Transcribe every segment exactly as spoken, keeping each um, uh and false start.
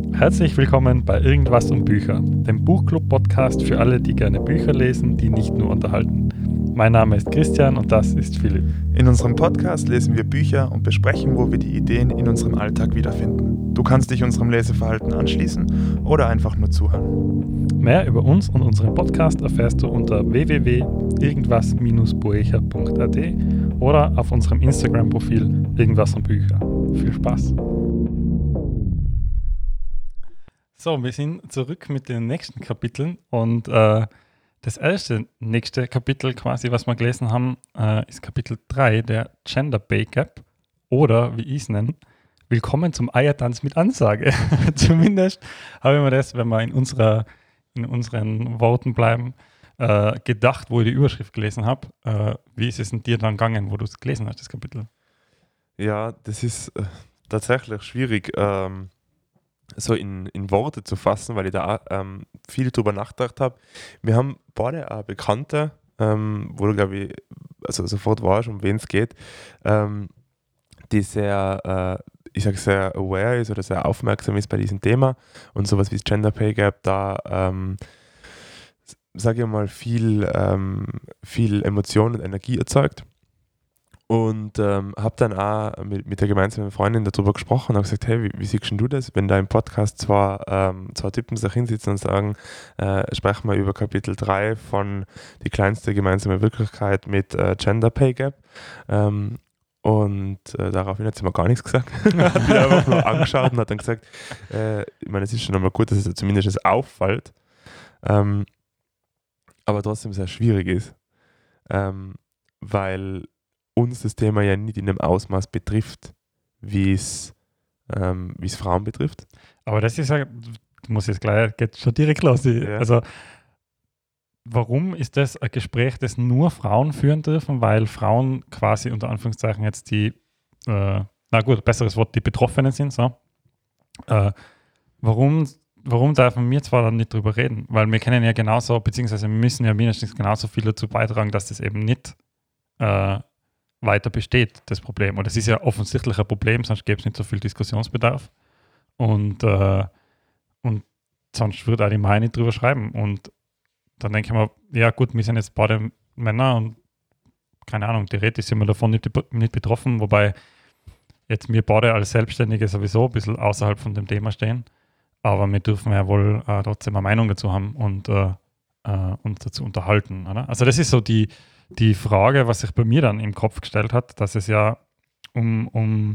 Herzlich willkommen bei Irgendwas um Bücher, dem Buchclub-Podcast für alle, die gerne Bücher lesen, die nicht nur unterhalten. Mein Name ist Christian und das ist Philipp. In unserem Podcast lesen wir Bücher und besprechen, wo wir die Ideen in unserem Alltag wiederfinden. Du kannst dich unserem Leseverhalten anschließen oder einfach nur zuhören. Mehr über uns und unseren Podcast erfährst du unter w w w punkt irgendwas Bindestrich buecher punkt a t oder auf unserem Instagram-Profil Irgendwas um Bücher. Viel Spaß! So, wir sind zurück mit den nächsten Kapiteln und äh, das erste nächste Kapitel quasi, was wir gelesen haben, äh, ist Kapitel drei, der Gender Pay Gap oder, wie ich es nenne, Willkommen zum Eiertanz mit Ansage. Zumindest habe ich mir das, wenn wir in, unserer, in unseren Worten bleiben, äh, gedacht, wo ich die Überschrift gelesen habe. Äh, wie ist es denn dir dann gegangen, wo du es gelesen hast, das Kapitel? Ja, das ist äh, tatsächlich schwierig, ähm, so in, in Worte zu fassen, weil ich da ähm, viel drüber nachgedacht habe. Wir haben beide auch Bekannte, ähm, wo du, glaube ich, also sofort weißt, um wen es geht, ähm, die sehr, äh, ich sage sehr aware ist oder sehr aufmerksam ist bei diesem Thema und sowas wie das Gender Pay Gap da, ähm, sage ich mal, viel, ähm, viel Emotion und Energie erzeugt. Und ähm, habe dann auch mit, mit der gemeinsamen Freundin darüber gesprochen und habe gesagt, hey, wie, wie siehst du das, wenn da im Podcast zwei, ähm, zwei Typen sich hinsitzen und sagen, äh, sprechen wir über Kapitel drei von Die kleinste gemeinsame Wirklichkeit mit äh, Gender Pay Gap. Ähm, und äh, daraufhin hat sie mir gar nichts gesagt. Hat mich einfach nur angeschaut und hat dann gesagt, äh, ich meine, es ist schon einmal gut, dass es zumindest auffällt, ähm, aber trotzdem sehr schwierig ist, ähm, weil uns das Thema ja nicht in dem Ausmaß betrifft, wie es ähm, wie es Frauen betrifft. Aber das ist ja, du musst jetzt gleich, geht schon direkt los. Ja. Also, warum ist das ein Gespräch, das nur Frauen führen dürfen? Weil Frauen quasi unter Anführungszeichen jetzt die, äh, na gut, besseres Wort, die Betroffenen sind. So. Äh, warum, warum dürfen wir zwar dann nicht drüber reden? Weil wir kennen ja genauso, beziehungsweise wir müssen ja mindestens genauso viel dazu beitragen, dass das eben nicht äh, weiter besteht, das Problem. Und das ist ja offensichtlich ein Problem, sonst gäbe es nicht so viel Diskussionsbedarf. Und, äh, und sonst würde auch die Mai nicht drüber schreiben. Und dann denke ich mir, ja gut, wir sind jetzt beide Männer und keine Ahnung, theoretisch sind wir davon nicht, nicht betroffen, wobei jetzt wir beide als Selbstständige sowieso ein bisschen außerhalb von dem Thema stehen. Aber wir dürfen ja wohl äh, trotzdem eine Meinung dazu haben und äh, äh, uns dazu unterhalten. Oder? Also das ist so die Die Frage, was sich bei mir dann im Kopf gestellt hat, dass es ja um, um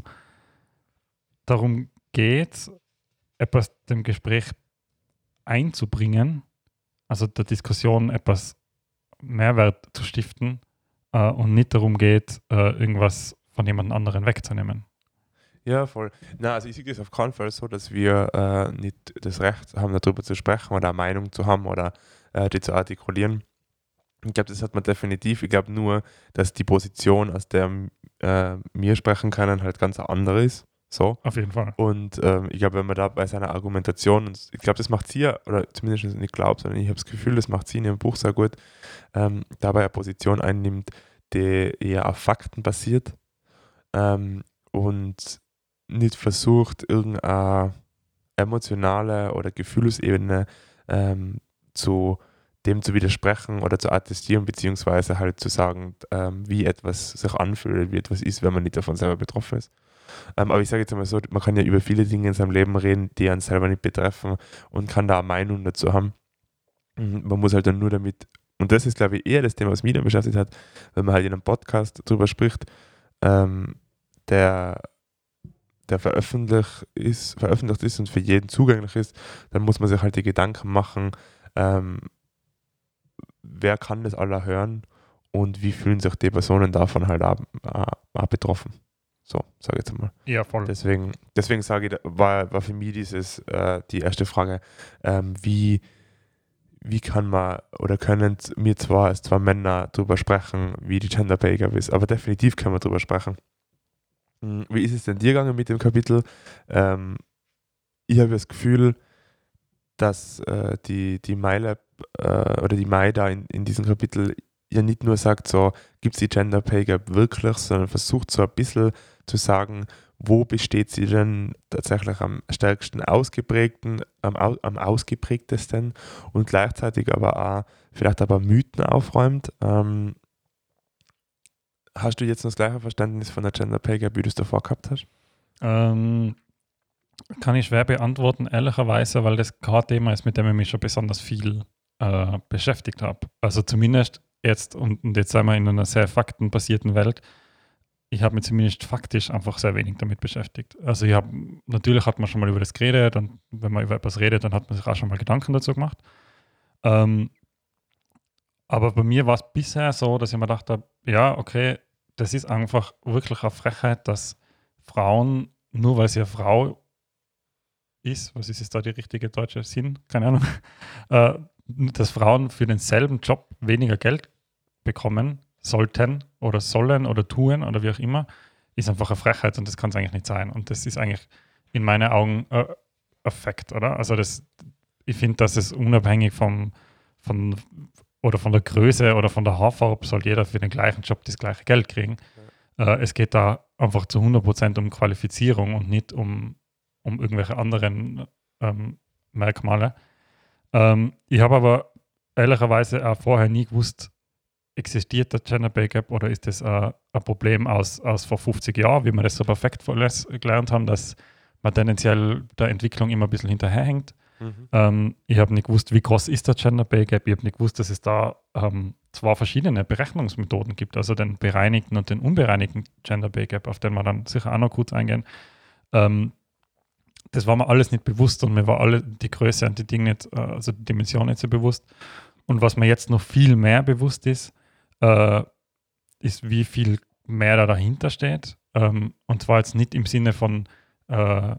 darum geht, etwas dem Gespräch einzubringen, also der Diskussion etwas Mehrwert zu stiften äh, und nicht darum geht, äh, irgendwas von jemand anderen wegzunehmen. Ja, voll. Na, also ich sehe das auf keinen Fall so, dass wir äh, nicht das Recht haben, darüber zu sprechen oder eine Meinung zu haben oder äh, die zu artikulieren. Ich glaube, das hat man definitiv. Ich glaube nur, dass die Position, aus der äh, wir sprechen können, halt ganz andere ist. So. Auf jeden Fall. Und ähm, ich glaube, wenn man da bei seiner Argumentation, und ich glaube, das macht sie ja, oder zumindest nicht glaube, sondern ich habe das Gefühl, das macht sie in ihrem Buch sehr gut, ähm, dabei eine Position einnimmt, die eher auf Fakten basiert ähm, und nicht versucht, irgendeine emotionale oder Gefühlsebene ähm, zu dem zu widersprechen oder zu attestieren, beziehungsweise halt zu sagen, ähm, wie etwas sich anfühlt, wie etwas ist, wenn man nicht davon selber betroffen ist. Ähm, aber ich sage jetzt einmal so, man kann ja über viele Dinge in seinem Leben reden, die einen selber nicht betreffen und kann da eine Meinung dazu haben. Man muss halt dann nur damit, und das ist, glaube ich, eher das Thema, was mich dann beschäftigt hat, wenn man halt in einem Podcast drüber spricht, ähm, der der veröffentlicht ist, veröffentlicht ist und für jeden zugänglich ist, dann muss man sich halt die Gedanken machen, ähm, wer kann das alle hören und wie fühlen sich die Personen davon halt auch, auch, auch betroffen. So, sage ich jetzt mal. Ja, voll. Deswegen, deswegen sage ich, war, war für mich dieses, äh, die erste Frage, ähm, wie, wie kann man oder können wir zwar als zwei Männer darüber sprechen, wie die Gender Pay Gap ist, aber definitiv können wir darüber sprechen. Wie ist es denn dir gegangen mit dem Kapitel? Ähm, ich habe das Gefühl, dass äh, die, die MyLab äh, oder die Mai da in, in diesem Kapitel ja nicht nur sagt, so gibt es die Gender Pay Gap wirklich, sondern versucht so ein bisschen zu sagen, wo besteht sie denn tatsächlich am stärksten ausgeprägten, am, au, am ausgeprägtesten und gleichzeitig aber auch vielleicht aber Mythen aufräumt. Ähm, hast du jetzt noch das gleiche Verständnis von der Gender Pay Gap, wie du es davor gehabt hast? Ähm, kann ich schwer beantworten, ehrlicherweise, weil das kein Thema ist, mit dem ich mich schon besonders viel äh, beschäftigt habe. Also zumindest jetzt, und, und jetzt sind wir in einer sehr faktenbasierten Welt, ich habe mich zumindest faktisch einfach sehr wenig damit beschäftigt. Also ich habe, natürlich hat man schon mal über das geredet und wenn man über etwas redet, dann hat man sich auch schon mal Gedanken dazu gemacht. Ähm, aber bei mir war es bisher so, dass ich mir gedacht habe, ja, okay, das ist einfach wirklich eine Frechheit, dass Frauen, nur weil sie eine Frau ist, was ist jetzt da die richtige deutsche Sinn? Keine Ahnung, äh, dass Frauen für denselben Job weniger Geld bekommen sollten oder sollen oder tun oder wie auch immer, ist einfach eine Frechheit und das kann es eigentlich nicht sein. Und das ist eigentlich in meinen Augen äh, ein Fakt, oder? Also das, ich finde, dass es unabhängig vom, von, oder von der Größe oder von der Haarfarbe soll jeder für den gleichen Job das gleiche Geld kriegen. Ja. Äh, es geht da einfach zu hundert Prozent um Qualifizierung und nicht um, um irgendwelche anderen ähm, Merkmale. Ähm, ich habe aber ehrlicherweise auch vorher nie gewusst, existiert der Gender Pay Gap oder ist das äh, ein Problem aus, aus vor fünfzig Jahren, wie wir das so perfekt gelernt haben, dass man tendenziell der Entwicklung immer ein bisschen hinterherhängt. Mhm. Ähm, ich habe nicht gewusst, wie groß ist der Gender Pay Gap. Ich habe nicht gewusst, dass es da ähm, zwei verschiedene Berechnungsmethoden gibt, also den bereinigten und den unbereinigten Gender Pay Gap, auf den wir dann sicher auch noch kurz eingehen. Ähm, das war mir alles nicht bewusst und mir war alle die Größe und die Dinge nicht, also die Dimension nicht so bewusst. Und was mir jetzt noch viel mehr bewusst ist, äh, ist, wie viel mehr da dahinter steht. Ähm, und zwar jetzt nicht im Sinne von, äh,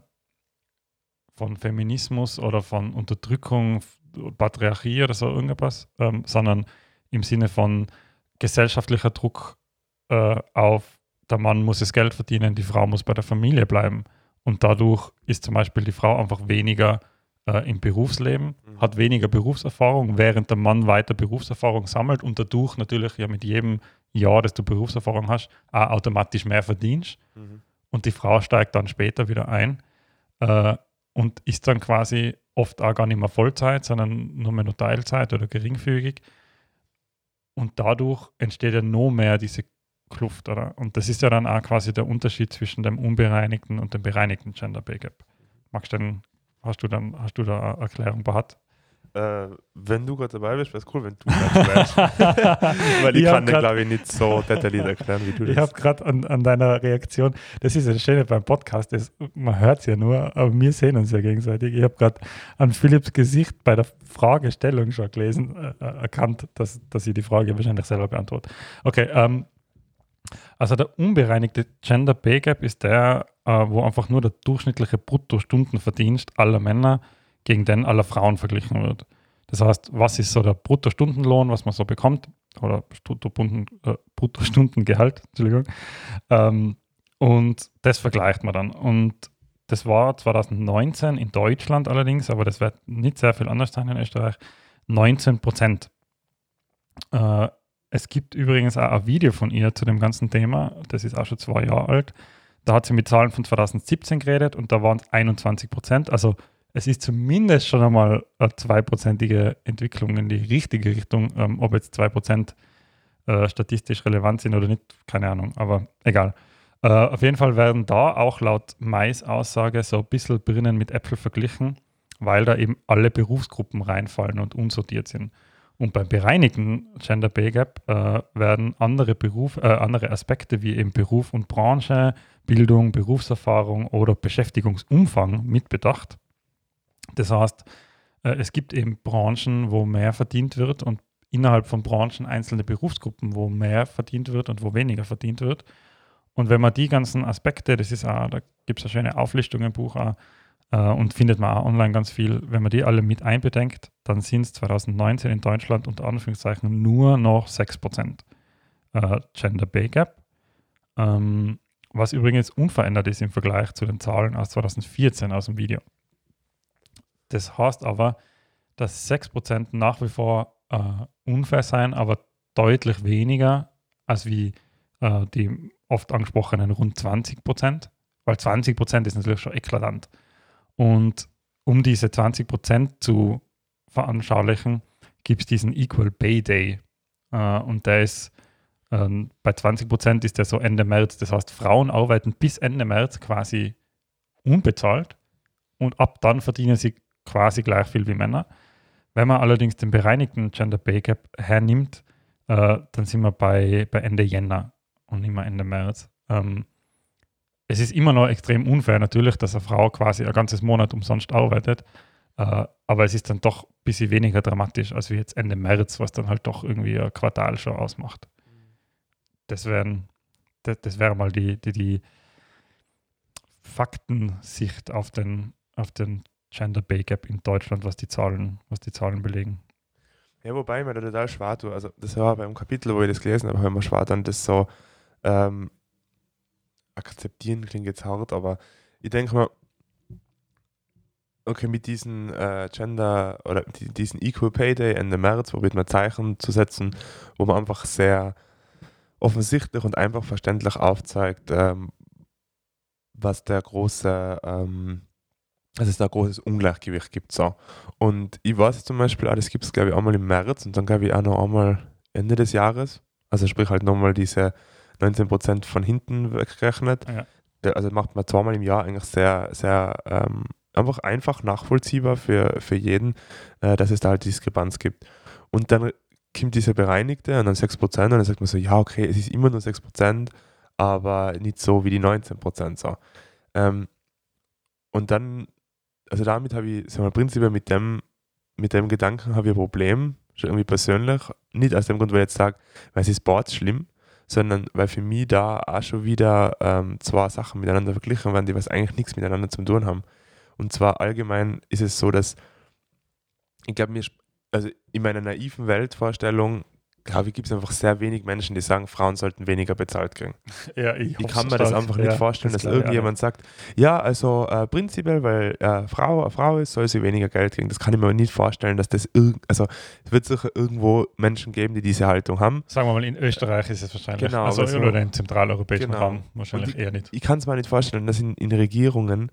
von Feminismus oder von Unterdrückung, Patriarchie oder so irgendwas, ähm, sondern im Sinne von gesellschaftlicher Druck äh, auf, der Mann muss das Geld verdienen, die Frau muss bei der Familie bleiben. Und dadurch ist zum Beispiel die Frau einfach weniger äh, im Berufsleben, mhm. hat weniger Berufserfahrung, während der Mann weiter Berufserfahrung sammelt und dadurch natürlich ja mit jedem Jahr, dass du Berufserfahrung hast, auch automatisch mehr verdienst. Mhm. Und die Frau steigt dann später wieder ein äh, und ist dann quasi oft auch gar nicht mehr Vollzeit, sondern nur mehr nur Teilzeit oder geringfügig. Und dadurch entsteht ja noch mehr diese Kluft, oder? Und das ist ja dann auch quasi der Unterschied zwischen dem unbereinigten und dem bereinigten Gender Pay Gap. Magst du denn, hast du dann, hast du da eine Erklärung parat? Äh, wenn du gerade dabei bist, wäre es cool, wenn du das wärst. Weil ich, ich kann dir, glaube ich, nicht so detailliert erklären, wie du das. Ich habe gerade an, an deiner Reaktion, das ist das Schöne beim Podcast, das, man hört es ja nur, aber wir sehen uns ja gegenseitig. Ich habe gerade an Philipps Gesicht bei der Fragestellung schon gelesen, äh, erkannt, dass, dass ich die Frage wahrscheinlich selber beantworte. Okay, ähm, also der unbereinigte Gender Pay Gap ist der, äh, wo einfach nur der durchschnittliche Bruttostundenverdienst aller Männer gegen den aller Frauen verglichen wird. Das heißt, was ist so der Bruttostundenlohn, was man so bekommt, oder äh, Bruttostundengehalt, Entschuldigung. Ähm, und das vergleicht man dann. Und das war zwanzig neunzehn in Deutschland allerdings, aber das wird nicht sehr viel anders sein in Österreich, neunzehn Prozent. Äh, Es gibt übrigens auch ein Video von ihr zu dem ganzen Thema, das ist auch schon zwei Jahre alt. Da hat sie mit Zahlen von zwanzig siebzehn geredet und da waren es einundzwanzig Prozent. Also es ist zumindest schon einmal eine zweiprozentige Entwicklung in die richtige Richtung. Ähm, ob jetzt zwei Prozent äh, statistisch relevant sind oder nicht, keine Ahnung, aber egal. Äh, auf jeden Fall werden da auch laut Mais Aussage so ein bisschen Birnen mit Äpfel verglichen, weil da eben alle Berufsgruppen reinfallen und unsortiert sind. Und beim bereinigten Gender Pay Gap äh, werden andere, Beruf, äh, andere Aspekte wie eben Beruf und Branche, Bildung, Berufserfahrung oder Beschäftigungsumfang mitbedacht. Das heißt, äh, es gibt eben Branchen, wo mehr verdient wird und innerhalb von Branchen einzelne Berufsgruppen, wo mehr verdient wird und wo weniger verdient wird. Und wenn man die ganzen Aspekte, das ist auch, da gibt es eine schöne Auflistung im Buch auch, Uh, und findet man auch online ganz viel, wenn man die alle mit einbedenkt, dann sind es zwanzig neunzehn in Deutschland unter Anführungszeichen nur noch sechs Prozent uh, Gender Pay Gap, um, was übrigens unverändert ist im Vergleich zu den Zahlen aus zwanzig vierzehn aus dem Video. Das heißt aber, dass sechs Prozent nach wie vor uh, unfair sein, aber deutlich weniger als wie uh, die oft angesprochenen rund zwanzig Prozent. weil zwanzig Prozent ist natürlich schon eklatant. Und um diese zwanzig Prozent zu veranschaulichen, gibt es diesen Equal Pay Day. Äh, und der ist, ähm, bei zwanzig Prozent ist der so Ende März. Das heißt, Frauen arbeiten bis Ende März quasi unbezahlt und ab dann verdienen sie quasi gleich viel wie Männer. Wenn man allerdings den bereinigten Gender Pay Gap hernimmt, äh, dann sind wir bei, bei Ende Jänner und nicht mehr Ende März. Ähm, es ist immer noch extrem unfair natürlich, dass eine Frau quasi ein ganzes Monat umsonst arbeitet, äh, aber es ist dann doch ein bisschen weniger dramatisch als wie jetzt Ende März, was dann halt doch irgendwie ein Quartal schon ausmacht. Das wären, das, das wäre mal die, die, die Faktensicht auf den, auf den Gender Pay Gap in Deutschland, was die Zahlen, was die Zahlen belegen. Ja, wobei ich mir da total schwer tue. Also das war beim Kapitel, wo ich das gelesen habe, habe ich mir schwer dann das so ähm, akzeptieren, klingt jetzt hart, aber ich denke mal, okay, mit diesen äh, Gender oder die, diesen Equal Pay Day Ende März, probiert man Zeichen zu setzen, wo man einfach sehr offensichtlich und einfach verständlich aufzeigt, ähm, was der große, ähm, dass es da ein großes Ungleichgewicht gibt. So. Und ich weiß zum Beispiel auch, das gibt es glaube ich einmal im März und dann glaube ich auch noch einmal Ende des Jahres. Also sprich halt nochmal diese neunzehn Prozent von hinten weggerechnet. Ja. Der, also macht man zweimal im Jahr eigentlich sehr, sehr ähm, einfach einfach nachvollziehbar für, für jeden, äh, dass es da halt Diskrepanz gibt. Und dann kommt diese bereinigte und dann sechs Prozent und dann sagt man so, ja okay, es ist immer nur sechs Prozent, aber nicht so wie die neunzehn Prozent. So. Ähm, und dann, also damit habe ich, sagen wir prinzipiell mit dem, mit dem Gedanken habe ich ein Problem, schon irgendwie persönlich, nicht aus dem Grund, weil ich jetzt sage, weil es ist Sport schlimm, sondern weil für mich da auch schon wieder ähm, zwei Sachen miteinander verglichen werden, die was eigentlich nichts miteinander zu tun haben. Und zwar allgemein ist es so, dass ich glaube, mir, also in meiner naiven Weltvorstellung, glaube ich, gibt es einfach sehr wenig Menschen, die sagen, Frauen sollten weniger bezahlt kriegen. Ja, ich ich kann mir das einfach nicht ja, vorstellen, das dass klar, irgendjemand ja. sagt, ja, also äh, prinzipiell, weil äh, Frau eine Frau ist, soll sie weniger Geld kriegen. Das kann ich mir nicht vorstellen, dass das irgend, also es wird sicher irgendwo Menschen geben, die diese Haltung haben. Sagen wir mal, in Österreich ist es wahrscheinlich, Genau, also also- oder im zentraleuropäischen Genau. Raum wahrscheinlich Und eher nicht. Ich kann es mir nicht vorstellen, dass in, in Regierungen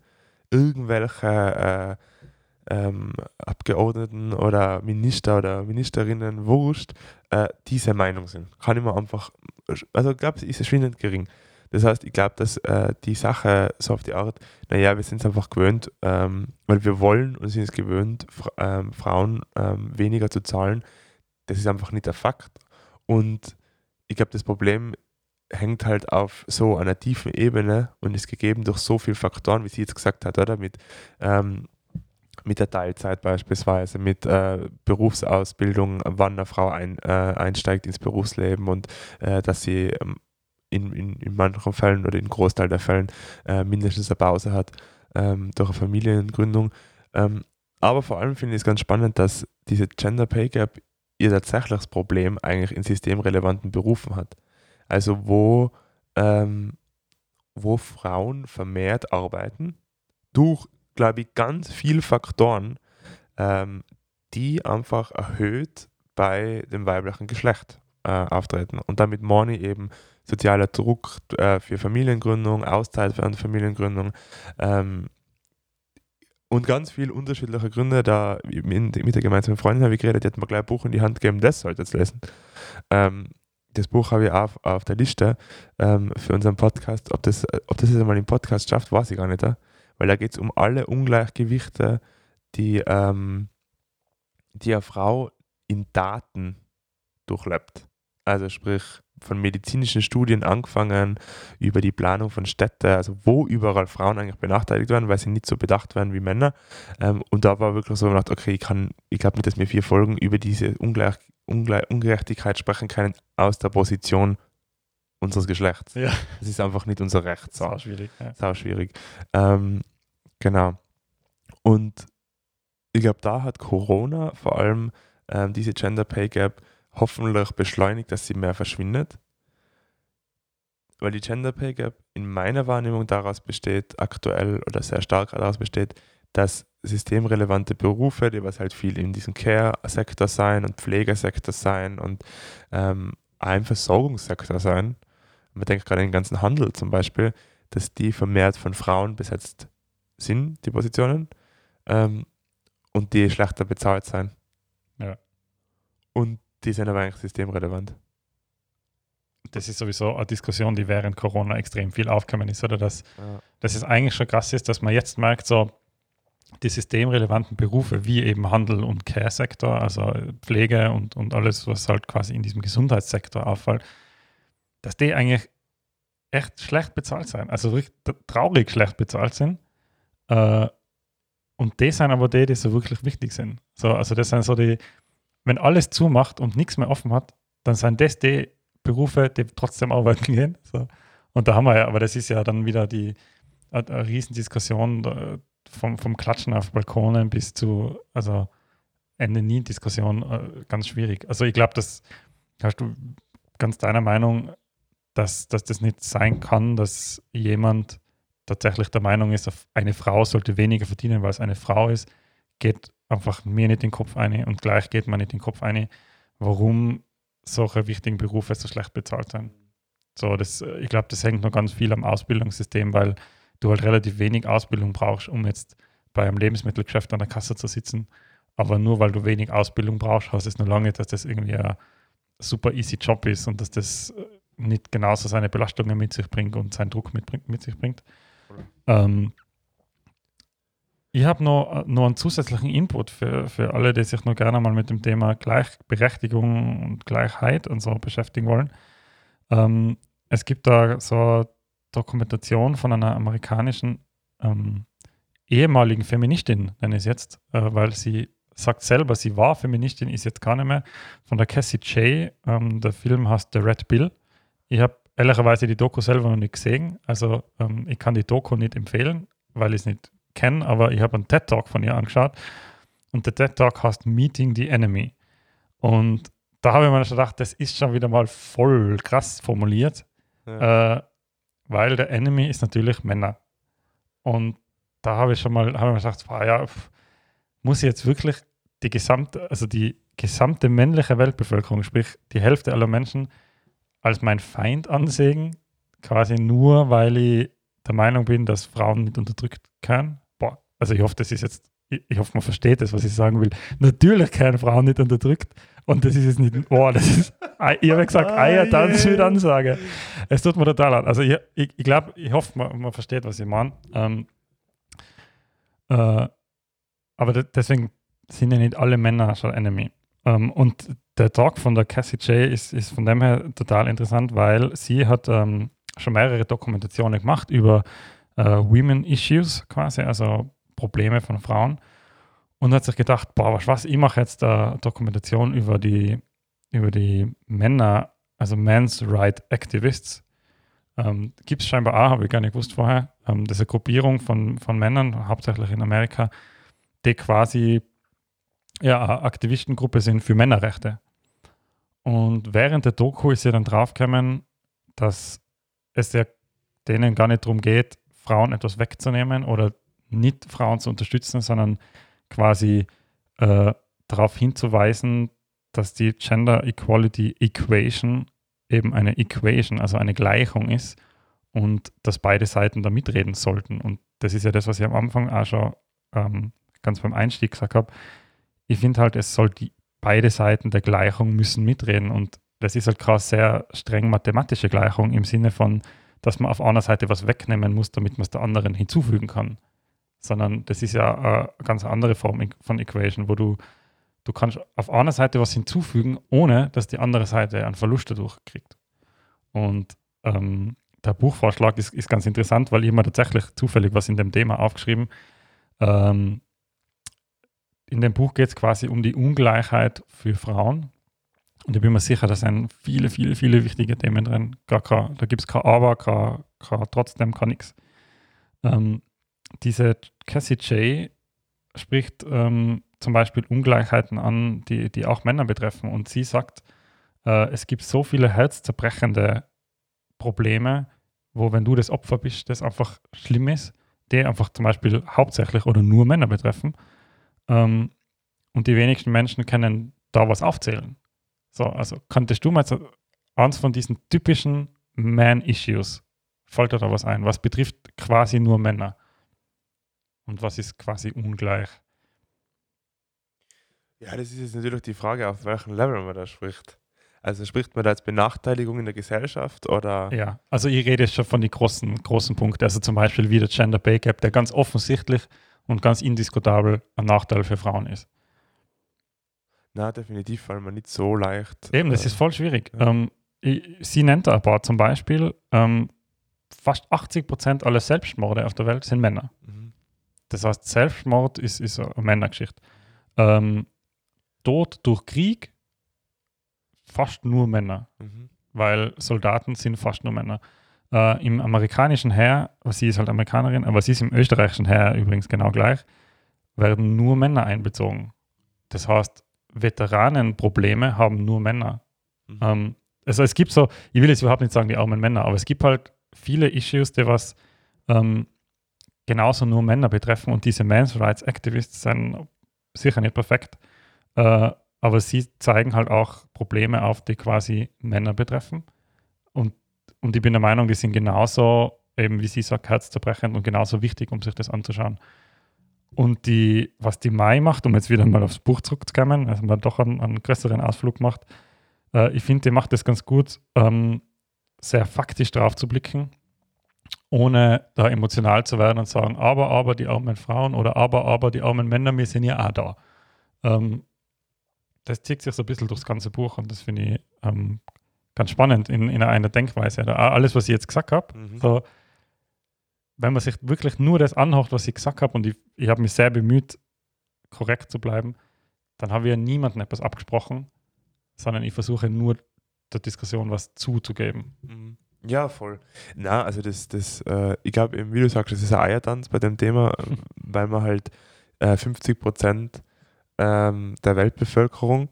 irgendwelche äh, ähm, Abgeordneten oder Minister oder Ministerinnen, wurscht, äh, diese Meinung sind. Kann ich mir einfach, also ich glaube, es ist erschwindend gering. Das heißt, ich glaube, dass äh, die Sache so auf die Art, naja, wir sind es einfach gewöhnt, ähm, weil wir wollen und sind es gewöhnt, Fra ähm, Frauen ähm, weniger zu zahlen. Das ist einfach nicht der Fakt. Und ich glaube, das Problem hängt halt auf so einer tiefen Ebene und ist gegeben durch so viele Faktoren, wie sie jetzt gesagt hat, oder? Mit, ähm, mit der Teilzeit beispielsweise, mit äh, Berufsausbildung, wann eine Frau ein, äh, einsteigt ins Berufsleben und äh, dass sie ähm, in, in, in manchen Fällen oder in Großteil der Fällen äh, mindestens eine Pause hat ähm, durch eine Familiengründung. Ähm, aber vor allem finde ich es ganz spannend, dass diese Gender Pay Gap ihr tatsächlich das Problem eigentlich in systemrelevanten Berufen hat. Also wo, ähm, wo Frauen vermehrt arbeiten, durch, glaube ich, ganz viele Faktoren, ähm, die einfach erhöht bei dem weiblichen Geschlecht äh, auftreten. Und damit meine ich eben sozialer Druck äh, für Familiengründung, Auszeit für eine Familiengründung ähm, und ganz viele unterschiedliche Gründe. Da mit, mit der gemeinsamen Freundin habe ich geredet, die hat mir gleich ein Buch in die Hand gegeben, das sollte jetzt lesen. Ähm, das Buch habe ich auf, auf der Liste ähm, für unseren Podcast. Ob das, ob das jetzt einmal im Podcast schafft, weiß ich gar nicht. Ja? Weil da geht es um alle Ungleichgewichte, die, ähm, die eine Frau in Daten durchlebt. Also sprich von medizinischen Studien angefangen, über die Planung von Städten, also wo überall Frauen eigentlich benachteiligt werden, weil sie nicht so bedacht werden wie Männer. Ähm, und da war wirklich so, gedacht, okay, ich kann, ich glaube nicht, dass wir vier Folgen über diese Ungleich, Ungleich, Ungerechtigkeit sprechen können aus der Position unseres Geschlechts. Ja, Das ist einfach nicht unser Recht. das ist auch schwierig. Ja. Sau schwierig. Ähm, genau. Und ich glaube, da hat Corona vor allem ähm, diese Gender Pay Gap hoffentlich beschleunigt, dass sie mehr verschwindet. Weil die Gender Pay Gap in meiner Wahrnehmung daraus besteht, aktuell oder sehr stark daraus besteht, dass systemrelevante Berufe, die was halt viel in diesem Care-Sektor sein und Pflegesektor sein und ähm, auch im Versorgungssektor sein, man denkt gerade an den ganzen Handel zum Beispiel, dass die vermehrt von Frauen besetzt sind, die Positionen, ähm, und die schlechter bezahlt sein. Ja. Und die sind aber eigentlich systemrelevant. Das ist sowieso eine Diskussion, die während Corona extrem viel aufgekommen ist, oder dass, Ja. dass es eigentlich schon krass ist, dass man jetzt merkt, so die systemrelevanten Berufe wie eben Handel und Care-Sektor, also Pflege und, und alles, was halt quasi in diesem Gesundheitssektor auffällt, dass die eigentlich echt schlecht bezahlt sind, also richtig traurig schlecht bezahlt sind. Äh, und die sind aber die, die so wirklich wichtig sind. So, also das sind so die, wenn alles zumacht und nichts mehr offen hat, dann sind das die Berufe, die trotzdem arbeiten gehen. So. Und da haben wir ja, aber das ist ja dann wieder die eine, eine Riesendiskussion da, vom, vom Klatschen auf Balkonen bis zu, also Ende nie Diskussion, äh, ganz schwierig. Also ich glaube, das hast du ganz deiner Meinung, dass, dass das nicht sein kann, dass jemand tatsächlich der Meinung ist, eine Frau sollte weniger verdienen, weil es eine Frau ist, geht einfach mir nicht in den Kopf ein und gleich geht man nicht in den Kopf ein, warum solche wichtigen Berufe so schlecht bezahlt sind. So, das, ich glaube, das hängt noch ganz viel am Ausbildungssystem, weil du halt relativ wenig Ausbildung brauchst, um jetzt bei einem Lebensmittelgeschäft an der Kasse zu sitzen. Aber nur weil du wenig Ausbildung brauchst, heißt es noch lange nicht, dass das irgendwie ein super easy Job ist und dass das nicht genauso seine Belastungen mit sich bringt und seinen Druck mit, mit sich bringt. Ähm, ich habe noch, noch einen zusätzlichen Input für, für alle, die sich noch gerne mal mit dem Thema Gleichberechtigung und Gleichheit und so beschäftigen wollen. Ähm, es gibt da so eine Dokumentation von einer amerikanischen ähm, ehemaligen Feministin, nenne ich es jetzt, äh, weil sie sagt selber, sie war Feministin, ist jetzt gar nicht mehr, von der Cassie Jaye. Ähm, der Film heißt The Red Pill. Ich habe ehrlicherweise die Doku selber noch nicht gesehen, also ähm, ich kann die Doku nicht empfehlen, weil ich es nicht kenne, aber ich habe einen TED-Talk von ihr angeschaut und der TED-Talk heißt Meeting the Enemy. Und da habe ich mir schon gedacht, das ist schon wieder mal voll krass formuliert, ja. äh, weil der Enemy ist natürlich Männer. Und da habe ich schon mal, habe ich mir gedacht, ah, ja, pff, muss ich jetzt wirklich die gesamte, also die gesamte männliche Weltbevölkerung, sprich die Hälfte aller Menschen, als mein Feind ansehen, quasi nur, weil ich der Meinung bin, dass Frauen nicht unterdrückt können. Boah, also ich hoffe, das ist jetzt, ich, ich hoffe, man versteht das, was ich sagen will. Natürlich können Frauen nicht unterdrückt und das ist jetzt nicht, boah, das ist, ich habe gesagt, Eiertanz mit Ansage. Es tut mir total leid. Also ich, ich, ich glaube, ich hoffe, man, man versteht, was ich meine. Ähm, äh, aber de- deswegen sind ja nicht alle Männer schon Enemy. Um, und der Talk von der Cassie Jaye ist, ist von dem her total interessant, weil sie hat um, schon mehrere Dokumentationen gemacht über uh, Women Issues quasi, also Probleme von Frauen und hat sich gedacht, boah, was, was ich mache jetzt eine Dokumentation über die, über die Männer, also Men's Right Activists. Um, Gibt es scheinbar auch, habe ich gar nicht gewusst vorher. Um, das ist eine Gruppierung von, von Männern, hauptsächlich in Amerika, die quasi ja, eine Aktivistengruppe sind für Männerrechte. Und während der Doku ist ja dann draufgekommen, dass es ja denen gar nicht darum geht, Frauen etwas wegzunehmen oder nicht Frauen zu unterstützen, sondern quasi äh, darauf hinzuweisen, dass die Gender Equality Equation eben eine Equation, also eine Gleichung ist und dass beide Seiten da mitreden sollten. Und das ist ja das, was ich am Anfang auch schon ähm, ganz beim Einstieg gesagt habe. Ich finde halt, es soll die beide Seiten der Gleichung müssen mitreden und das ist halt gerade sehr streng mathematische Gleichung im Sinne von, dass man auf einer Seite was wegnehmen muss, damit man es der anderen hinzufügen kann. Sondern das ist ja eine ganz andere Form von Equation, wo du, du kannst auf einer Seite was hinzufügen, ohne dass die andere Seite einen Verlust dadurch kriegt. Und ähm, der Buchvorschlag ist, ist ganz interessant, weil ich mir tatsächlich zufällig was in dem Thema aufgeschrieben ähm, in dem Buch geht es quasi um die Ungleichheit für Frauen. Und ich bin mir sicher, da sind viele, viele, viele wichtige Themen drin. Gar kein, da gibt es kein Aber, kein, kein Trotzdem, kein Nix. Ähm, diese Cassie Jaye spricht ähm, zum Beispiel Ungleichheiten an, die, die auch Männer betreffen. Und sie sagt, äh, es gibt so viele herzzerbrechende Probleme, wo, wenn du das Opfer bist, das einfach schlimm ist, die einfach zum Beispiel hauptsächlich oder nur Männer betreffen. Um, und die wenigsten Menschen können da was aufzählen. So, also könntest du mal so eins von diesen typischen Man-Issues Fällt dir da was ein? Was betrifft quasi nur Männer? Und was ist quasi ungleich? Ja, das ist jetzt natürlich die Frage, auf welchem Level man da spricht. Also spricht man da jetzt Benachteiligung in der Gesellschaft oder? Ja, also ich rede jetzt schon von den großen, großen Punkten. Also zum Beispiel wie der Gender Pay Gap, der ganz offensichtlich und ganz indiskutabel ein Nachteil für Frauen ist. Na, definitiv, weil man nicht so leicht. Eben, das äh, ist voll schwierig. ja. Ähm, ich, sie nennt da ein paar, zum Beispiel, ähm, fast achtzig Prozent aller Selbstmorde auf der Welt sind Männer. Mhm. Das heißt, Selbstmord ist, ist eine Männergeschichte. Ähm, Tod durch Krieg, fast nur Männer, Mhm. weil Soldaten sind fast nur Männer. Äh, Im amerikanischen Heer, sie ist halt Amerikanerin, aber sie ist im österreichischen Heer übrigens genau gleich, werden nur Männer einbezogen. Das heißt, Veteranenprobleme haben nur Männer. Mhm. Ähm, also es gibt so, ich will jetzt überhaupt nicht sagen die armen Männer, aber es gibt halt viele Issues, die was ähm, genauso nur Männer betreffen und diese Men's Rights Activists sind sicher nicht perfekt, äh, aber sie zeigen halt auch Probleme auf, die quasi Männer betreffen und, und ich bin der Meinung, die sind genauso, eben wie sie sagt, herzzerbrechend und genauso wichtig, um sich das anzuschauen. Und die, was die Mai macht, um jetzt wieder mal aufs Buch zurückzukommen, also man doch einen, einen größeren Ausflug macht, äh, ich finde, die macht das ganz gut, ähm, sehr faktisch drauf zu blicken, ohne da emotional zu werden und sagen, aber, aber die armen Frauen oder aber, aber die armen Männer, wir sind ja auch da. Ähm, das zieht sich so ein bisschen durchs ganze Buch und das finde ich ähm, ganz spannend in, in einer Denkweise. Also alles, was ich jetzt gesagt habe, Mhm. so, wenn man sich wirklich nur das anhört, was ich gesagt habe und ich, ich habe mich sehr bemüht, korrekt zu bleiben, dann habe ich ja niemandem etwas abgesprochen, sondern ich versuche nur der Diskussion was zuzugeben. Mhm. Ja, voll. Na, also das, das äh, ich glaube, eben, wie du sagst, das ist ein Eiertanz bei dem Thema, weil man halt äh, fünfzig Prozent ähm, der Weltbevölkerung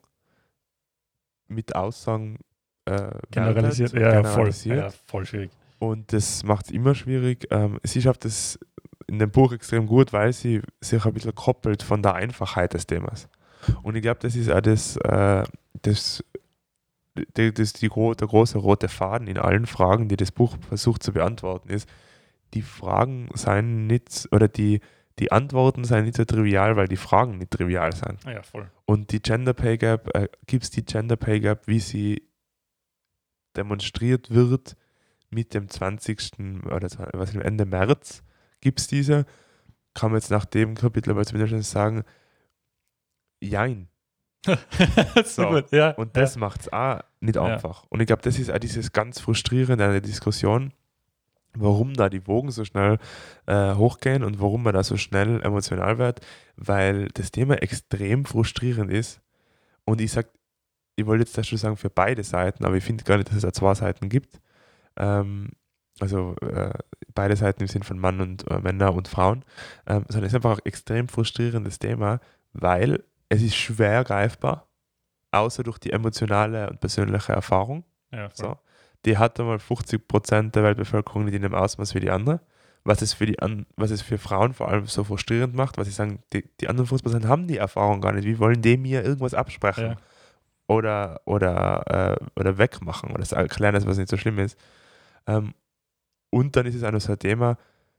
mit Aussagen äh, Generalisiert, wertet, ja, generalisiert. voll, ja, voll schwierig. Und das macht es immer schwierig. Ähm, sie schafft es in dem Buch extrem gut, weil sie sich ein bisschen koppelt von der Einfachheit des Themas. Und ich glaube, das ist auch das, äh, das, die, das die, der große rote Faden in allen Fragen, die das Buch versucht zu beantworten, ist, die Fragen seien nicht, oder die, die Antworten seien nicht so trivial, weil die Fragen nicht trivial sind. Ja, voll. Und die Gender Pay Gap, äh, gibt es die Gender Pay Gap, wie sie demonstriert wird mit dem zwanzigsten oder was Ende März gibt es diese, kann man jetzt nach dem Kapitel aber zumindest sagen, jein. so gut, ja. Und das ja. macht es auch nicht Ja. einfach. Und ich glaube, das ist auch dieses ganz Frustrierende an der Diskussion, warum da die Wogen so schnell äh, hochgehen und warum man da so schnell emotional wird, weil das Thema extrem frustrierend ist. Und ich sage, ich wollte jetzt das schon sagen für beide Seiten, aber ich finde gar nicht, dass es da zwei Seiten gibt. Ähm, also äh, beide Seiten im Sinn von Mann und äh, Männer und Frauen, ähm, sondern es ist einfach ein extrem frustrierendes Thema, weil es ist schwer greifbar, außer durch die emotionale und persönliche Erfahrung. Ja, voll. So. Die hat einmal fünfzig Prozent der Weltbevölkerung nicht in dem Ausmaß wie die andere. Was es für, die an, was es für Frauen vor allem so frustrierend macht, was sie sagen, die, die anderen fünfzig Prozent haben die Erfahrung gar nicht. Wie wollen die mir irgendwas absprechen? Ja. Oder, oder, äh, oder wegmachen oder erklären, was nicht so schlimm ist. Ähm, und dann ist es auch noch so ein Thema,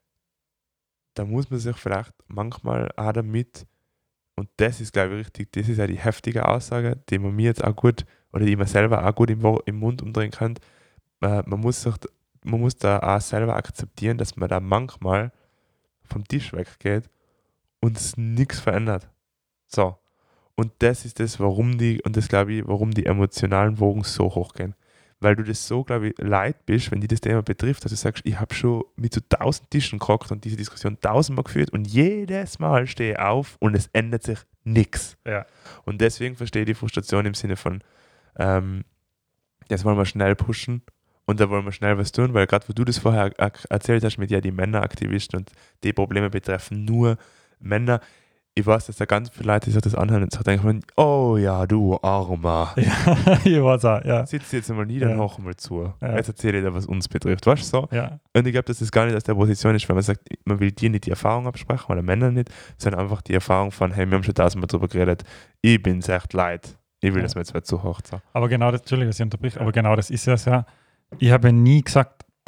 da muss man sich vielleicht manchmal auch damit, und das ist, glaube ich, richtig, das ist ja die heftige Aussage, die man mir jetzt auch gut, oder die man selber auch gut im, im Mund umdrehen kann, äh, man, muss sich, man muss da auch selber akzeptieren, dass man da manchmal vom Tisch weggeht und es nichts verändert. So. Und das ist das, warum die, und das glaube ich, warum die emotionalen Wogen so hochgehen. Weil du das so, glaube ich, leid bist, wenn die das Thema betrifft, dass du sagst, ich habe schon mit so tausend Tischen gehockt und diese Diskussion tausendmal geführt und jedes Mal stehe ich auf und es ändert sich nichts. Ja. Und deswegen verstehe ich die Frustration im Sinne von, ähm, jetzt wollen wir schnell pushen und da wollen wir schnell was tun, weil gerade wo du das vorher erzählt hast mit ja die Männeraktivisten und die Probleme betreffen nur Männer, ich weiß, dass da ganz viele Leute sich das anhören und sich denken, oh ja, du Armer. Ja, ich weiß auch, ja. Sitz jetzt mal nieder und Ja. hoch mal zu. Ja. Jetzt erzähle ich dir, was uns betrifft. Weißt du so? Ja, Und ich glaube, dass das gar nicht aus der Position ist, weil man sagt, man will dir nicht die Erfahrung absprechen oder Männer nicht, sondern einfach die Erfahrung von, hey, wir haben schon tausendmal drüber geredet, ich bin's echt leid. Ich will, Ja. dass man jetzt mal zuhört. So. aber genau das, Entschuldigung, dass ich unterbrich, aber genau das ist es ja. Ich habe nie gesagt, dass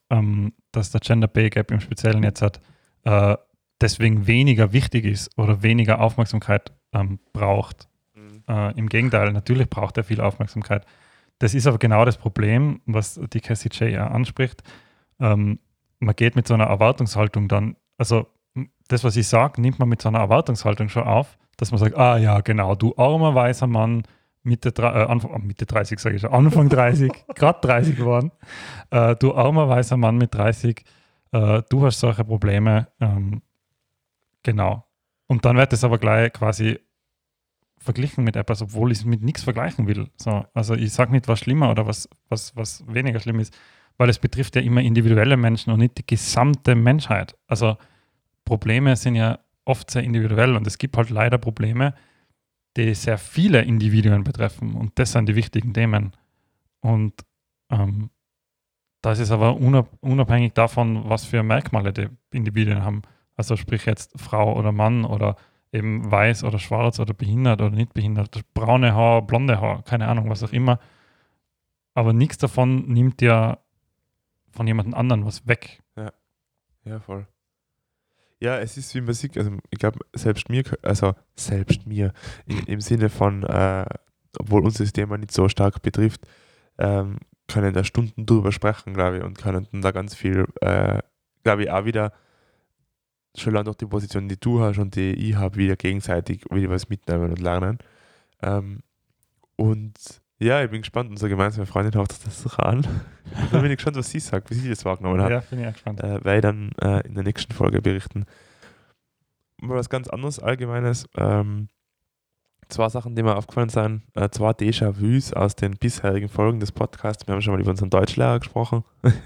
ähm, dass der Gender Pay Gap im Speziellen jetzt hat, äh, deswegen weniger wichtig ist oder weniger Aufmerksamkeit ähm, braucht. Mhm. Äh, Im Gegenteil, natürlich braucht er viel Aufmerksamkeit. Das ist aber genau das Problem, was die Cassie J auch anspricht. Ähm, man geht mit so einer Erwartungshaltung dann, also das, was ich sage, nimmt man mit so einer Erwartungshaltung schon auf, dass man sagt, ah ja, genau, du armer weißer Mann, Mitte, äh, Anfang, Mitte dreißig, sage ich schon, Anfang dreißig, gerade dreißig geworden, äh, du armer weißer Mann mit dreißig, äh, du hast solche Probleme, ähm, genau. Und dann wird es aber gleich quasi verglichen mit etwas, obwohl ich es mit nichts vergleichen will. So, also ich sage nicht, was schlimmer oder was, was, was weniger schlimm ist, weil es betrifft ja immer individuelle Menschen und nicht die gesamte Menschheit. Also Probleme sind ja oft sehr individuell und es gibt halt leider Probleme, die sehr viele Individuen betreffen und das sind die wichtigen Themen. Und ähm, das ist aber unabhängig davon, was für Merkmale die Individuen haben. Also sprich jetzt Frau oder Mann oder eben weiß oder schwarz oder behindert oder nicht behindert, braune Haar, blonde Haar, keine Ahnung, was auch immer. Aber nichts davon nimmt ja von jemand anderem was weg. Ja, ja, voll. Ja, es ist wie Musik, also ich glaube, selbst mir, also selbst mir, im, im Sinne von, äh, obwohl uns das Thema nicht so stark betrifft, ähm, können da Stunden drüber sprechen, glaube ich, und können da ganz viel, äh, glaube ich, auch wieder schon lange durch die Position, die du hast und die ich habe, wieder gegenseitig wieder was mitnehmen und lernen. Ähm, und ja, ich bin gespannt, unsere gemeinsame Freundin hört das doch an. Und dann bin ich gespannt, was sie sagt, wie sie das wahrgenommen hat. Ja, bin ich auch gespannt. Äh, werde ich dann äh, in der nächsten Folge berichten. Mal was ganz anderes, Allgemeines. Ähm, zwei Sachen, die mir aufgefallen sind. Äh, zwei Déjà-vus aus den bisherigen Folgen des Podcasts. Wir haben schon mal über unseren Deutschlehrer gesprochen.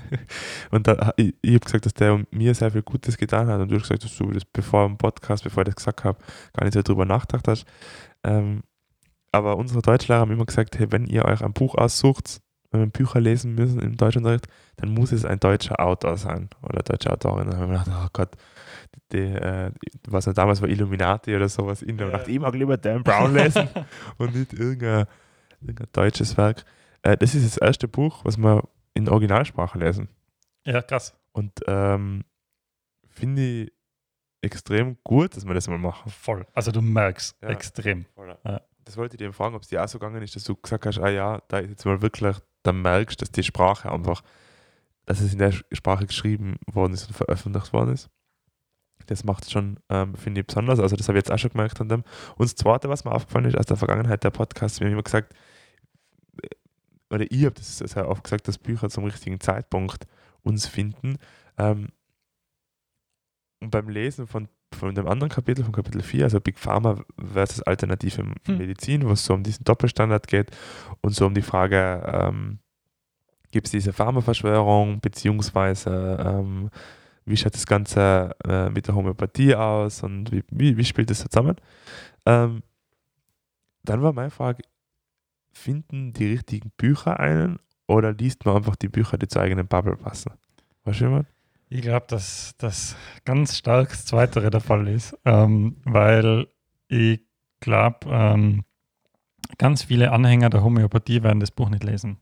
Und da, ich, ich habe gesagt, dass der mir sehr viel Gutes getan hat. Und du hast gesagt, dass du das bevor im Podcast, bevor ich das gesagt habe, gar nicht so drüber nachgedacht hast. Ähm, aber unsere Deutschlehrer haben immer gesagt, hey, wenn ihr euch ein Buch aussucht, wenn wir Bücher lesen müssen im Deutschunterricht, dann muss es ein deutscher Autor sein oder deutsche Autorin. Und dann haben wir gedacht, oh Gott, die, äh, was ja damals war Illuminati oder sowas. In der Nacht, ich mag lieber Dan Brown lesen und nicht irgendein, irgendein deutsches Werk. Äh, das ist das erste Buch, was wir in Originalsprache lesen. Ja, krass. Und ähm, finde ich extrem gut, dass wir das mal machen. Voll. Also du merkst Ja. extrem. Voll. Ja. Das wollte ich dir fragen, ob es dir auch so gegangen ist, dass du gesagt hast, ah ja, da ist jetzt mal wirklich, da merkst du, dass die Sprache einfach, dass es in der Sprache geschrieben worden ist und veröffentlicht worden ist. Das macht es schon, ähm, finde ich, besonders. Also das habe ich jetzt auch schon gemerkt an dem. Und das Zweite, was mir aufgefallen ist aus der Vergangenheit der Podcasts, wir haben immer gesagt, oder ich habe das sehr oft gesagt, dass Bücher zum richtigen Zeitpunkt uns finden. Ähm, und beim Lesen von, von dem anderen Kapitel, von Kapitel vier, also Big Pharma versus alternative Hm. Medizin, wo es so um diesen Doppelstandard geht und so um die Frage, ähm, gibt es diese Pharmaverschwörung, beziehungsweise ähm, wie schaut das Ganze äh, mit der Homöopathie aus und wie, wie, wie spielt das so zusammen? Ähm, dann war meine Frage, finden die richtigen Bücher einen oder liest man einfach die Bücher, die zur eigenen Bubble passen? Weißt du, jemand? Ich glaube, dass das ganz stark das Zweitere der Fall ist, ähm, weil ich glaube, ähm, ganz viele Anhänger der Homöopathie werden das Buch nicht lesen.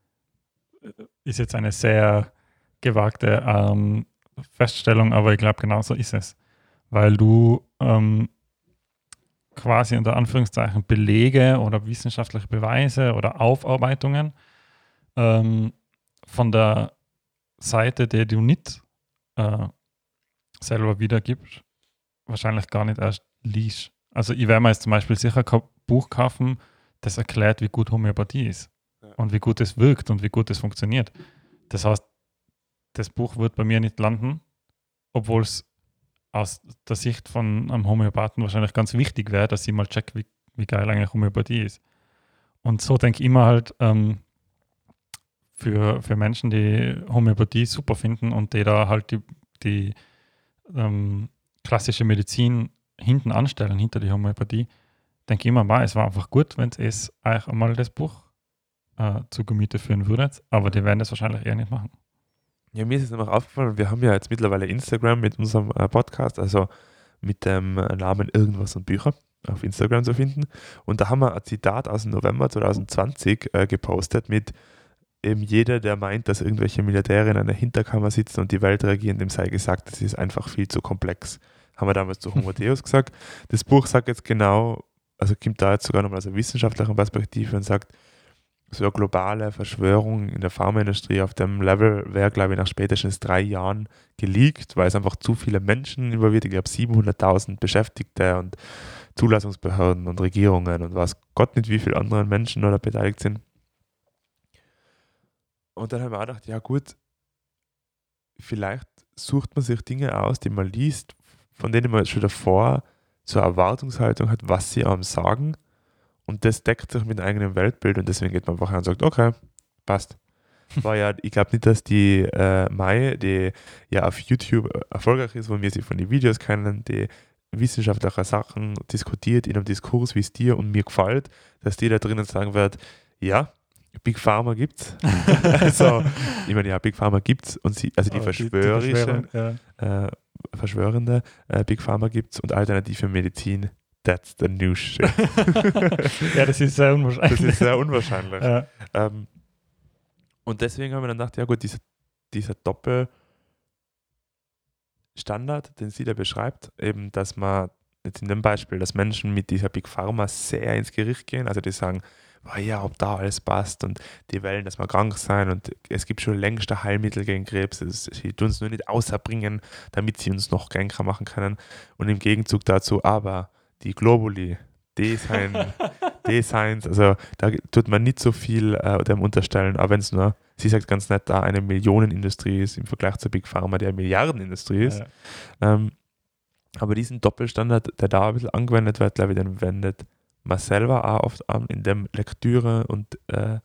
Ist jetzt eine sehr gewagte ähm, Feststellung, aber ich glaube, genau so ist es. Weil du ähm, quasi unter Anführungszeichen Belege oder wissenschaftliche Beweise oder Aufarbeitungen ähm, von der Seite, die du nicht äh, selber wiedergibst, wahrscheinlich gar nicht erst liest. Also ich werde mir jetzt zum Beispiel sicher kein Buch kaufen, das erklärt, wie gut Homöopathie ist Ja. und wie gut es wirkt und wie gut es funktioniert. Das heißt, das Buch wird bei mir nicht landen, obwohl es aus der Sicht von einem Homöopathen wahrscheinlich ganz wichtig wäre, dass ich mal check, wie, wie geil eigentlich Homöopathie ist. Und so denke ich immer halt, ähm, für, für Menschen, die Homöopathie super finden und die da halt die, die ähm, klassische Medizin hinten anstellen, hinter die Homöopathie, denke ich immer, wow, es war einfach gut, wenn es euch einmal das Buch äh, zu Gemüte führen würdet, aber die werden das wahrscheinlich eher nicht machen. Ja, mir ist es noch aufgefallen, wir haben ja jetzt mittlerweile Instagram mit unserem äh, Podcast, also mit dem äh, Namen Irgendwas und Bücher auf Instagram zu finden. Und da haben wir ein Zitat aus dem November zwanzig zwanzig äh, gepostet mit eben jeder, der meint, dass irgendwelche Milliardäre in einer Hinterkammer sitzen und die Welt regieren, dem sei gesagt, das ist einfach viel zu komplex. Haben wir damals zu Homo Deus gesagt. Das Buch sagt jetzt genau, also kommt da jetzt sogar nochmal aus einer wissenschaftlichen Perspektive und sagt, so eine globale Verschwörung in der Pharmaindustrie auf dem Level wäre, glaube ich, nach spätestens drei Jahren geleakt, weil es einfach zu viele Menschen involviert. Ich glaube, siebenhunderttausend Beschäftigte und Zulassungsbehörden und Regierungen und was Gott nicht, wie viele andere Menschen da beteiligt sind. Und dann haben wir auch gedacht, ja gut, vielleicht sucht man sich Dinge aus, die man liest, von denen man schon davor so eine Erwartungshaltung hat, was sie einem sagen. Und das deckt sich mit einem eigenen Weltbild und deswegen geht man einfach her und sagt, okay, passt. War ja, ich glaube nicht, dass die äh, Mai, die ja auf YouTube erfolgreich ist, wo wir sie von den Videos kennen, die wissenschaftliche Sachen diskutiert in einem Diskurs, wie es dir und mir gefällt, dass die da drinnen sagen wird, ja, Big Pharma gibt's. Also, ich meine, ja, Big Pharma gibt's und sie, also die Aber die- die verschwörerische, Verschwörung, ja. äh, verschwörende äh, Big Pharma gibt's und alternative Medizin, that's the new shit. Ja, das ist sehr unwahrscheinlich. Das ist sehr unwahrscheinlich. Ja. Ähm, und deswegen haben wir dann gedacht, ja gut, dieser, dieser Doppelstandard, den sie da beschreibt, eben, dass man jetzt in dem Beispiel, dass Menschen mit dieser Big Pharma sehr ins Gericht gehen, also die sagen, oh ja, ob da alles passt und die wollen, dass wir krank sein und es gibt schon längst ein Heilmittel gegen Krebs, das, sie tun es nur nicht außerbringen, damit sie uns noch kränker machen können und im Gegenzug dazu aber die Globuli, die sind, die sind, also da tut man nicht so viel äh, dem unterstellen, aber wenn es nur, sie sagt ganz nett, da eine Millionenindustrie ist im Vergleich zur Big Pharma, die eine Milliardenindustrie ist. Ja. Ähm, aber diesen Doppelstandard, der da ein bisschen angewendet wird, glaube ich, den wendet man selber auch oft an, in dem Lektüre und, äh,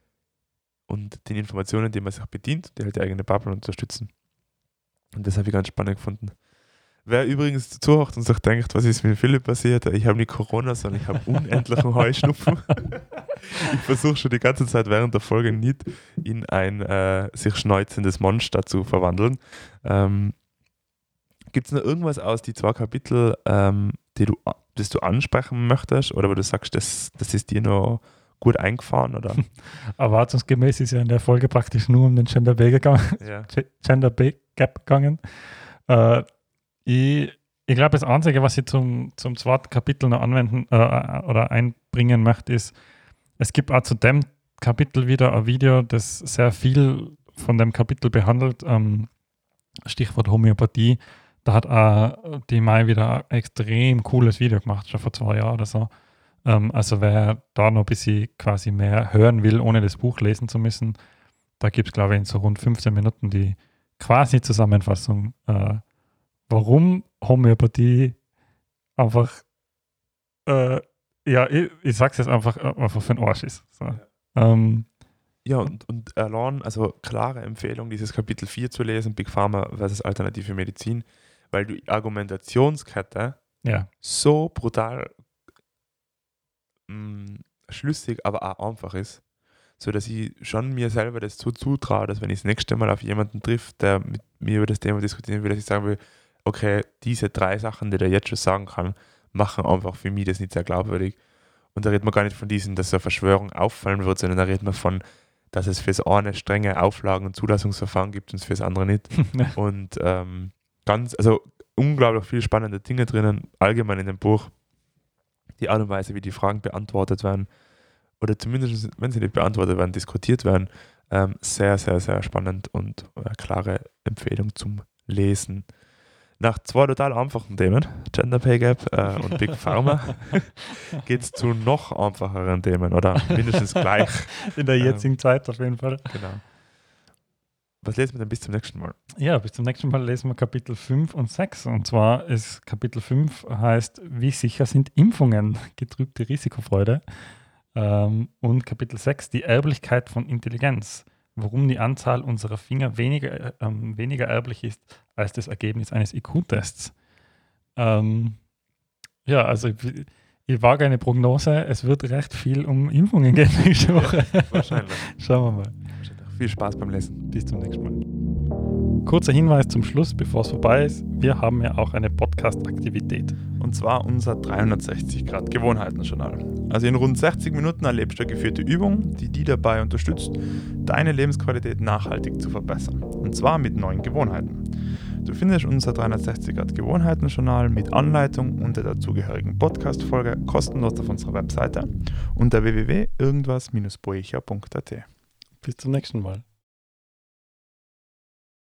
und den Informationen, die man sich bedient, die halt die eigene Bubble unterstützen. Und das habe ich ganz spannend gefunden. Wer übrigens zuhört und sich denkt, was ist mit Philipp passiert, ich habe nicht Corona, sondern ich habe unendlichen Heuschnupfen. Ich versuche schon die ganze Zeit während der Folge nicht in ein äh, sich schneuzendes Monster zu verwandeln. Ähm, Gibt es noch irgendwas aus die zwei Kapitel, ähm, die du, das du ansprechen möchtest oder wo du sagst, das, das ist dir noch gut eingefahren? Oder? Erwartungsgemäß ist ja in der Folge praktisch nur um den Gender Pay gegangen. Ja. Gender Pay Gap gegangen. Äh, ich ich glaube, das Einzige, was ich zum, zum zweiten Kapitel noch anwenden äh, oder einbringen möchte, ist, es gibt auch zu dem Kapitel wieder ein Video, das sehr viel von dem Kapitel behandelt. Ähm, Stichwort Homöopathie. Da hat auch die Mai wieder ein extrem cooles Video gemacht, schon vor zwei Jahren oder so. Ähm, also wer da noch ein bisschen quasi mehr hören will, ohne das Buch lesen zu müssen, da gibt es, glaube ich, in so rund fünfzehn Minuten die quasi Zusammenfassung, äh, warum Homöopathie einfach, äh, ja, ich, ich sag's jetzt einfach, einfach für den Arsch ist. So. Ja. Ähm, Ja, und, und allein, also klare Empfehlung, dieses Kapitel vier zu lesen, Big Pharma versus alternative Medizin, weil die Argumentationskette ja. so brutal mh, schlüssig, aber auch einfach ist, so dass ich schon mir selber das so zutraue, dass wenn ich das nächste Mal auf jemanden trifft, der mit mir über das Thema diskutieren will, dass ich sagen will, okay, diese drei Sachen, die der jetzt schon sagen kann, machen einfach für mich das nicht sehr glaubwürdig. Und da redet man gar nicht von diesen, dass so eine Verschwörung auffallen wird, sondern da redet man von, dass es fürs eine strenge Auflagen und Zulassungsverfahren gibt und fürs andere nicht. Und ähm, ganz, also unglaublich viele spannende Dinge drinnen, allgemein in dem Buch. Die Art und Weise, wie die Fragen beantwortet werden, oder zumindest, wenn sie nicht beantwortet werden, diskutiert werden, ähm, sehr, sehr, sehr spannend und eine klare Empfehlung zum Lesen. Nach zwei total einfachen Themen, Gender Pay Gap äh, und Big Pharma, geht es zu noch einfacheren Themen oder mindestens gleich. In der jetzigen ähm, Zeit auf jeden Fall. Genau. Was lesen wir denn bis zum nächsten Mal? Ja, bis zum nächsten Mal lesen wir Kapitel fünf und sechs. Und zwar ist Kapitel fünf heißt, wie sicher sind Impfungen? Getrübte Risikofreude. Ähm, und Kapitel sechs, die Erblichkeit von Intelligenz. Warum die Anzahl unserer Finger weniger, ähm, weniger erblich ist als das Ergebnis eines I Q-Tests. Ähm, ja, also ich, ich wage eine Prognose, es wird recht viel um Impfungen gehen nächste Woche. Ja, wahrscheinlich. Schauen wir mal. Wahrscheinlich Viel Spaß beim Lesen. Bis zum nächsten Mal. Kurzer Hinweis zum Schluss, bevor es vorbei ist. Wir haben ja auch eine Podcast-Aktivität. Und zwar unser dreihundertsechzig Grad Gewohnheiten-Journal. Also in rund sechzig Minuten erlebst du eine geführte Übung, die dich dabei unterstützt, deine Lebensqualität nachhaltig zu verbessern. Und zwar mit neuen Gewohnheiten. Du findest unser dreihundertsechzig Grad Gewohnheiten-Journal mit Anleitung und der dazugehörigen Podcast-Folge kostenlos auf unserer Webseite unter w w w punkt irgendwas Bindestrich boecher punkt a t. Bis zum nächsten Mal.